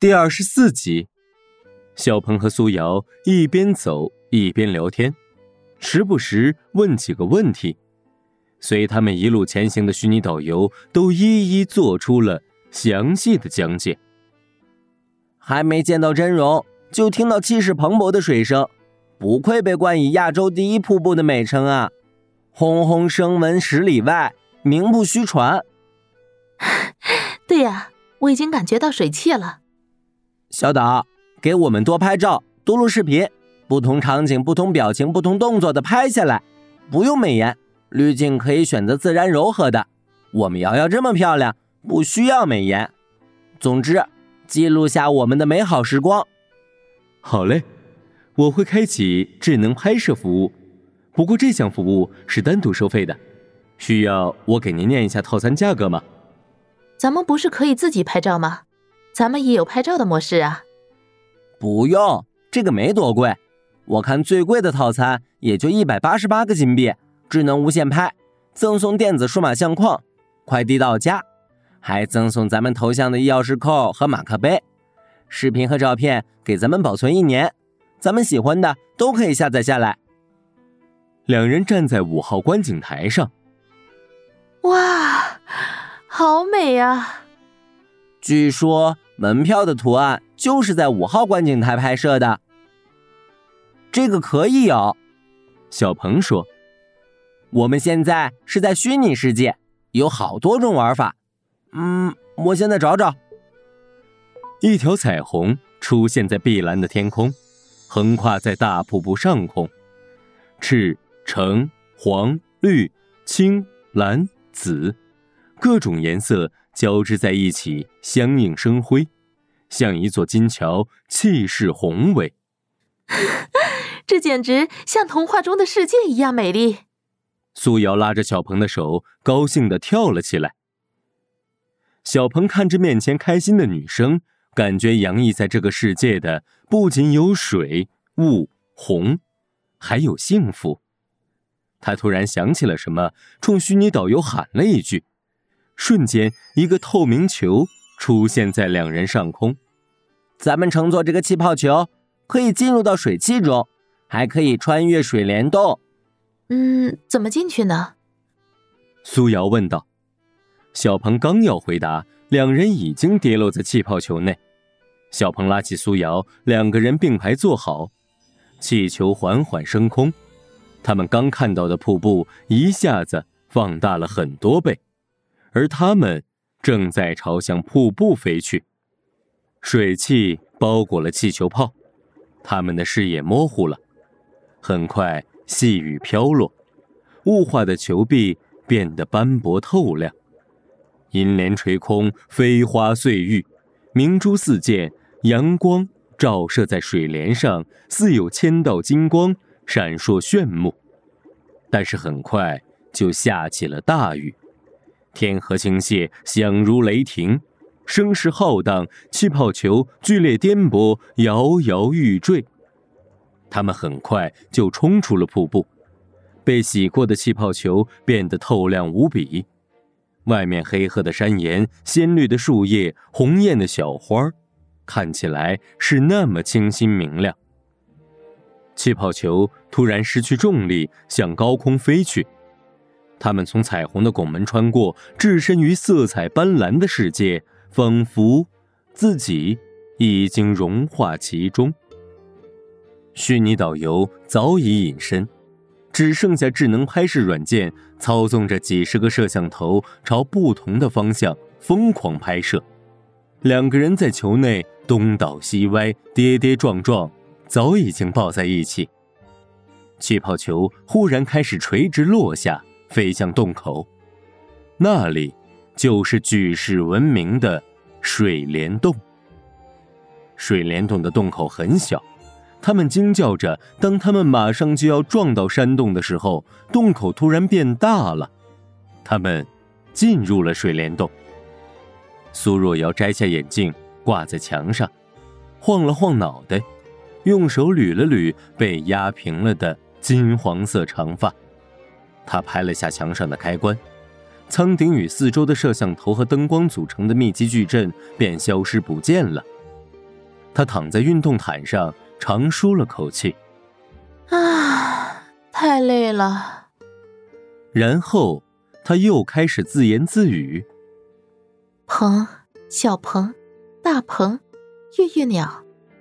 第24集，小鹏和苏瑶一边走一边聊天，时不时问几个问题。随他们一路前行的虚拟导游都一一做出了详细的讲解。 还没见到真容，就听到气势磅礴的水声，不愧被冠以亚洲第一瀑布的美称啊！轰轰声闻10里外，名不虚传。 对呀，我已经感觉到水汽了。 小导，给我们多拍照，多录视频，不同场景、不同表情、不同动作的拍下来，不用美颜，滤镜可以选择自然柔和的。我们瑶瑶这么漂亮，不需要美颜。总之，记录下我们的美好时光。 好嘞，我会开启智能拍摄服务，不过这项服务是单独收费的，需要我给您念一下套餐价格吗？ 咱们不是可以自己拍照吗？咱们也有拍照的模式啊。 不用，这个没多贵，我看最贵的套餐也就188个金币，智能无线拍，赠送电子数码相框，快递到家，还赠送咱们头像的钥匙扣和马克杯，视频和照片给咱们保存1年，咱们喜欢的都可以下载下来。 两人站在5号观景台上， 哇，好美啊！ 据说门票的图案就是在5号观景台拍摄的。这个可以有， 小鹏说， 我们现在是在虚拟世界，有好多种玩法。我现在找找。 一条彩虹出现在碧蓝的天空，横跨在大瀑布上空，赤、橙、黄、绿、青、蓝、紫，各种颜色交织在一起，相映生辉，像一座金桥，气势宏伟。 这简直像童话中的世界一样美丽。 苏瑶拉着小鹏的手，高兴地跳了起来。小鹏看着面前开心的女生，感觉洋溢在这个世界的不仅有水、雾、红，还有幸福。他突然想起了什么，冲虚拟导游喊了一句，瞬间一个透明球出现在两人上空。 咱们乘坐这个气泡球，可以进入到水汽中，还可以穿越水帘洞。 怎么进去呢？ 苏瑶问道。小鹏刚要回答，两人已经跌落在气泡球内。小鹏拉起苏瑶，两个人并排坐好，气球缓缓升空。他们刚看到的瀑布一下子放大了很多倍，而他们正在朝向瀑布飞去。水汽包裹了气球泡，他们的视野模糊了。很快细雨飘落，雾化的球壁变得斑驳透亮。银莲垂空，飞花碎玉，明珠四溅，阳光照射在水帘上，似有千道金光闪烁炫目。但是很快就下起了大雨，天河倾泻，响如雷霆，声势浩荡，气泡球剧烈颠簸，摇摇欲坠。他们很快就冲出了瀑布，被洗过的气泡球变得透亮无比。外面黑褐的山岩，鲜绿的树叶，红艳的小花，看起来是那么清新明亮。气泡球突然失去重力，向高空飞去。他们从彩虹的拱门穿过，置身于色彩斑斓的世界，仿佛自己已经融化其中。虚拟导游早已隐身，只剩下智能拍摄软件操纵着几十个摄像头朝不同的方向疯狂拍摄。两个人在球内东倒西歪，跌跌撞撞，早已经抱在一起。气泡球忽然开始垂直落下，飞向洞口，那里就是举世闻名的水帘洞。水帘洞的洞口很小，他们惊叫着，当他们马上就要撞到山洞的时候，洞口突然变大了，他们进入了水帘洞。苏若瑶摘下眼镜挂在墙上，晃了晃脑袋，用手捋了捋被压平了的金黄色长发。她拍了下墙上的开关，舱顶与四周的摄像头和灯光组成的密集矩阵便消失不见了。 他躺在运动毯上，长舒了口气。 太累了。 然后他又开始自言自语： 鹏，小鹏，大鹏，月月鸟。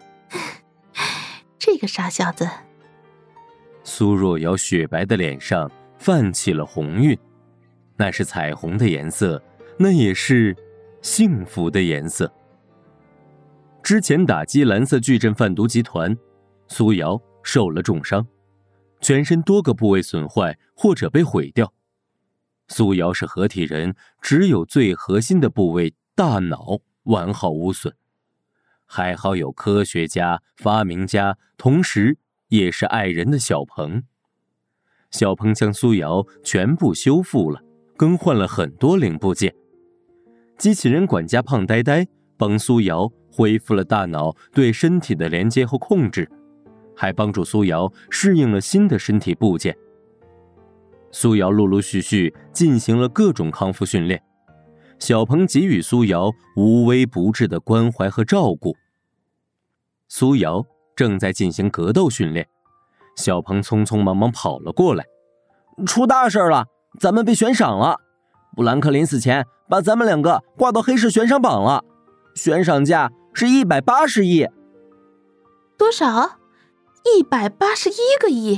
这个傻小子。 苏若瑶雪白的脸上泛起了红晕，那是彩虹的颜色，那也是幸福的颜色。之前打击蓝色矩阵贩毒集团，苏瑶受了重伤，全身多个部位损坏或者被毁掉。苏瑶是合体人，只有最核心的部位大脑完好无损。还好有科学家、发明家，同时也是爱人的小鹏。小鹏将苏瑶全部修复了，更换了很多零部件。机器人管家胖呆呆帮苏瑶恢复了大脑对身体的连接和控制，还帮助苏瑶适应了新的身体部件。苏瑶陆陆续续进行了各种康复训练，小鹏给予苏瑶无微不至的关怀和照顾。苏瑶正在进行格斗训练，小鹏匆匆忙忙跑了过来。 出大事了，咱们被悬赏了。布兰克临死前把咱们两个挂到黑市悬赏榜了，悬赏价是180亿。 多少？181个亿。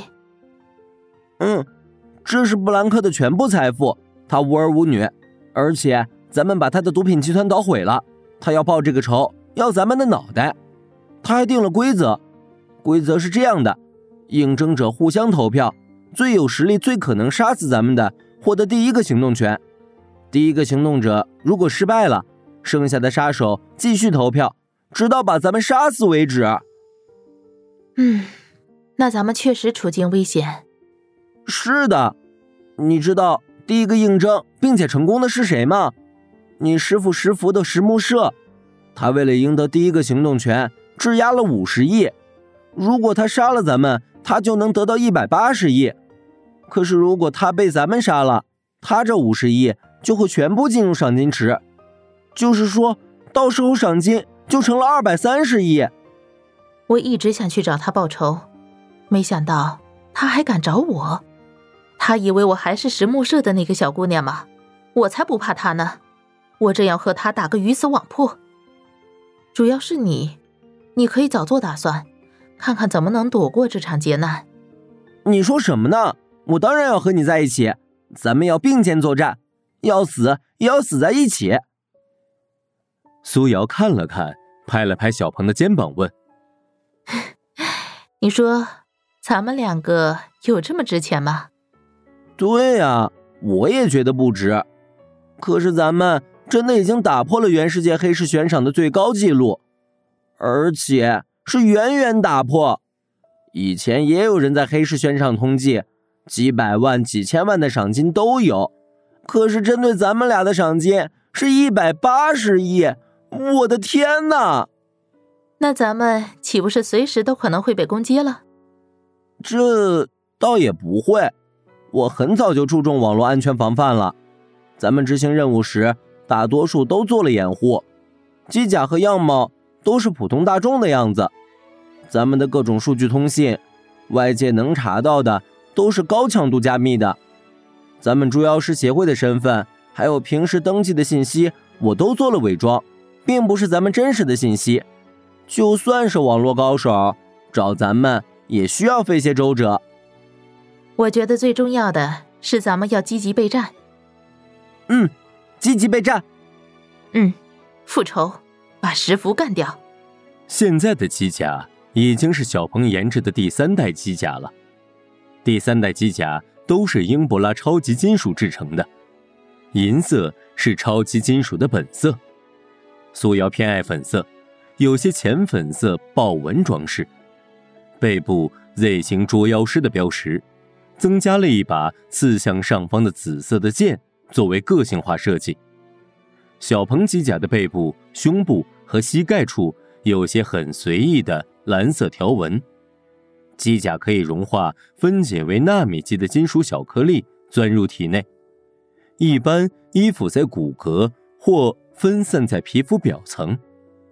这是布兰克的全部财富，他无儿无女，而且咱们把他的毒品集团捣毁了，他要报这个仇，要咱们的脑袋。他还定了规则，规则是这样的：应征者互相投票，最有实力、最可能杀死咱们的获得第一个行动权。第一个行动者如果失败了，剩下的杀手继续投票，直到把咱们杀死为止。 那咱们确实处境危险。 是的，你知道第一个应征并且成功的是谁吗？你师父石福的石木社，他为了赢得第一个行动权，质押了50亿。如果他杀了咱们，他就能得到180亿。可是如果他被咱们杀了，他这50亿就会全部进入赏金池，就是说，到时候赏金就成了230亿。 我一直想去找他报仇，没想到他还敢找我。他以为我还是石木社的那个小姑娘吗？我才不怕他呢，我正要和他打个鱼死网破。主要是你可以早做打算，看看怎么能躲过这场劫难。 你说什么呢？我当然要和你在一起，咱们要并肩作战，要死也要死在一起。 苏瑶看了看，拍了拍小鹏的肩膀问： 你说咱们两个有这么值钱吗？ 对啊，我也觉得不值。可是咱们真的已经打破了原世界黑市悬赏的最高纪录，而且是远远打破。以前也有人在黑市悬赏统计，几百万、几千万的赏金都有，可是针对咱们俩的赏金是180亿，我的天哪！ 那咱们岂不是随时都可能会被攻击了？ 这倒也不会，我很早就注重网络安全防范了。咱们执行任务时，大多数都做了掩护，机甲和样貌都是普通大众的样子。咱们的各种数据通信，外界能查到的都是高强度加密的。咱们猪妖师协会的身份，还有平时登记的信息，我都做了伪装，并不是咱们真实的信息。就算是网络高手，找咱们也需要费些周折。 我觉得最重要的是咱们要积极备战。 积极备战。 复仇，把石符干掉。 现在的机甲已经是小鹏研制的第3代机甲了。第3代机甲都是英博拉超级金属制成的，银色是超级金属的本色。苏瑶偏爱粉色，有些浅粉色豹纹装饰，背部 Z 型捉妖师的标识，增加了一把刺向上方的紫色的剑作为个性化设计。小鹏机甲的背部、胸部和膝盖处有些很随意的蓝色条纹。机甲可以融化分解为纳米级的金属小颗粒，钻入体内，一般依附在骨骼或分散在皮肤表层。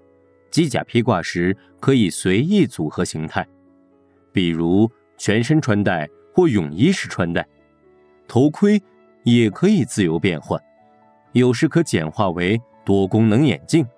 机甲披挂时可以随意组合形态，比如全身穿戴或泳衣式穿戴。头盔也可以自由变换，有时可简化为多功能眼镜。